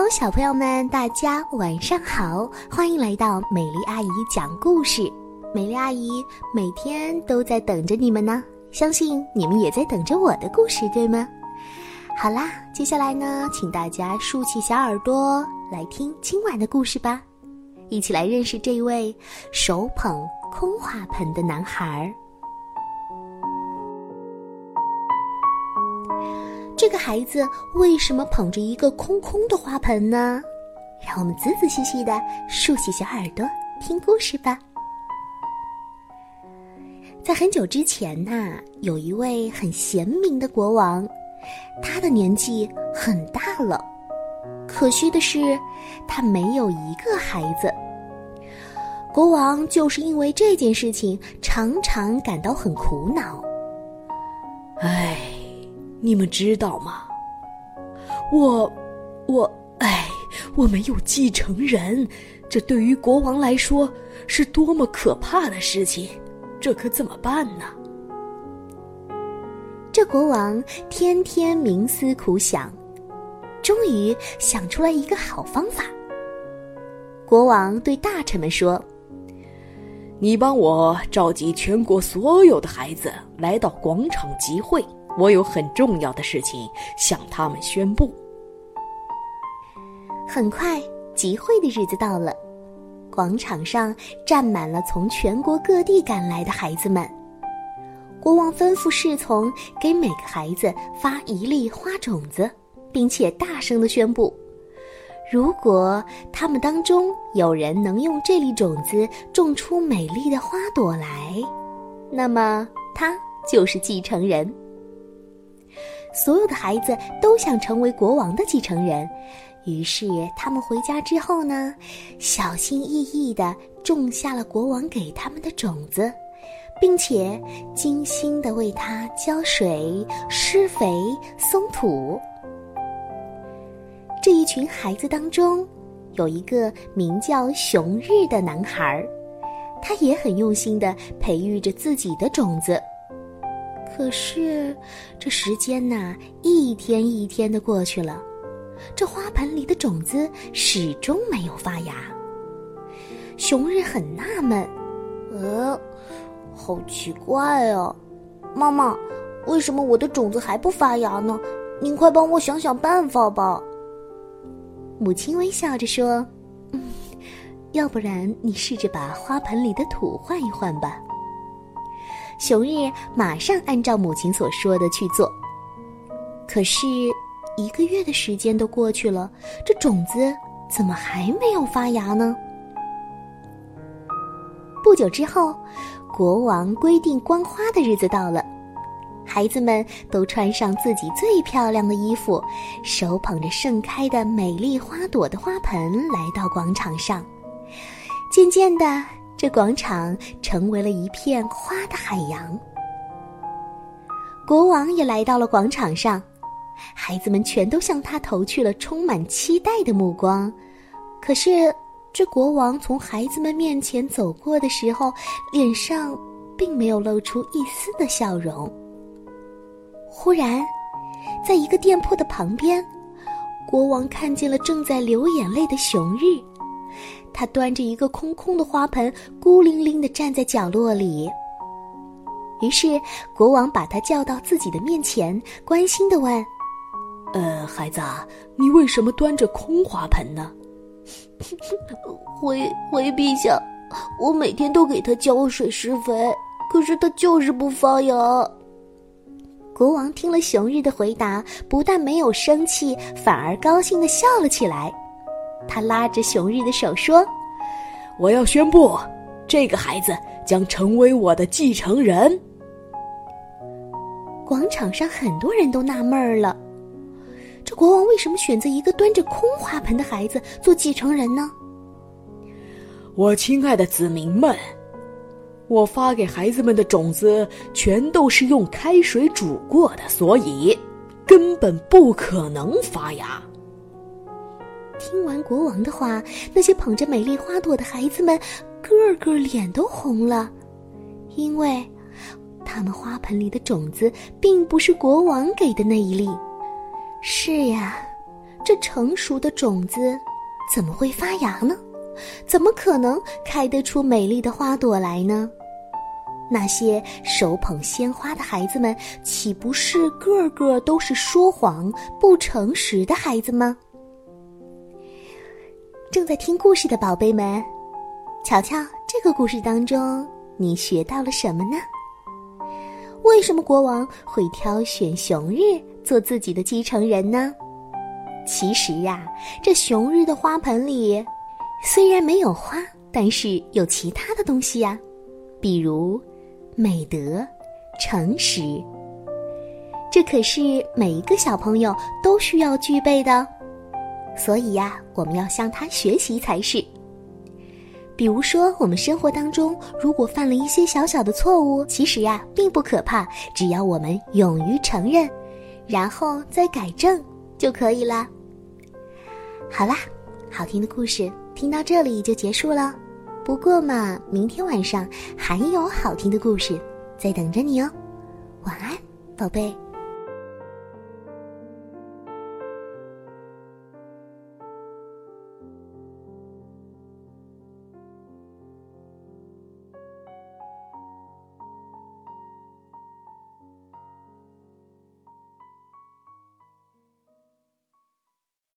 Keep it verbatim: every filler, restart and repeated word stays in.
Hello， 小朋友们，大家晚上好，欢迎来到美丽阿姨讲故事。美丽阿姨每天都在等着你们呢，相信你们也在等着我的故事，对吗？好啦，接下来呢，请大家竖起小耳朵来听今晚的故事吧，一起来认识这位手捧空花盆的男孩。这个孩子为什么捧着一个空空的花盆呢？让我们仔仔细细地竖起小耳朵听故事吧。在很久之前呐，有一位很贤明的国王，他的年纪很大了，可惜的是他没有一个孩子。国王就是因为这件事情常常感到很苦恼。 唉，你们知道吗？我，我，唉，我没有继承人，这对于国王来说是多么可怕的事情，这可怎么办呢？ 这国王天天冥思苦想，终于想出来一个好方法。国王对大臣们说： 你帮我召集全国所有的孩子来到广场集会，我有很重要的事情向他们宣布。 很快，集会的日子到了，广场上站满了从全国各地赶来的孩子们。国王吩咐侍从给每个孩子发一粒花种子，并且大声地宣布，如果他们当中有人能用这粒种子种出美丽的花朵来，那么他就是继承人。所有的孩子都想成为国王的继承人，于是他们回家之后呢，小心翼翼地种下了国王给他们的种子，并且精心地为它浇水、施肥、松土。这一群孩子当中，有一个名叫熊日的男孩，他也很用心地培育着自己的种子。可是这时间呐，一天一天地过去了，这花盆里的种子始终没有发芽。熊日很纳闷，呃，好奇怪啊，妈妈，为什么我的种子还不发芽呢？您快帮我想想办法吧。母亲微笑着说，嗯，要不然你试着把花盆里的土换一换吧。熊日马上按照母亲所说的去做，可是一个月的时间都过去了，这种子怎么还没有发芽呢？不久之后，国王规定观花的日子到了，孩子们都穿上自己最漂亮的衣服，手捧着盛开的美丽花朵的花盆来到广场上。渐渐的，这广场成为了一片花的海洋。国王也来到了广场上，孩子们全都向他投去了充满期待的目光。可是这国王从孩子们面前走过的时候，脸上并没有露出一丝的笑容。忽然，在一个店铺的旁边，国王看见了正在流眼泪的熊日，他端着一个空空的花盆，孤零零地站在角落里。于是国王把他叫到自己的面前，关心地问， 呃，孩子啊，你为什么端着空花盆呢？ 回回陛下，我每天都给他浇水施肥，可是他就是不发芽。 国王听了熊日的回答，不但没有生气，反而高兴地笑了起来。他拉着熊日的手说， 我要宣布，这个孩子将成为我的继承人。 广场上很多人都纳闷了，这国王为什么选择一个端着空花盆的孩子做继承人呢？ 我亲爱的子民们，我发给孩子们的种子全都是用开水煮过的，所以根本不可能发芽。 听完国王的话，那些捧着美丽花朵的孩子们个个脸都红了，因为他们花盆里的种子并不是国王给的那一粒。是呀， 这成熟的种子怎么会发芽呢？怎么可能开得出美丽的花朵来呢？那些手捧鲜花的孩子们，岂不是个个都是说谎、不诚实的孩子吗？正在听故事的宝贝们，瞧瞧这个故事当中，你学到了什么呢？为什么国王会挑选熊日做自己的继承人呢？其实呀，这熊日的花盆里虽然没有花，但是有其他的东西呀，比如美德、诚实。这可是每一个小朋友都需要具备的，所以呀，我们要向他学习才是。比如说，我们生活当中如果犯了一些小小的错误，其实呀并不可怕，只要我们勇于承认，然后再改正就可以了。好啦，好听的故事听到这里就结束了。不过嘛，明天晚上还有好听的故事在等着你哦。晚安，宝贝。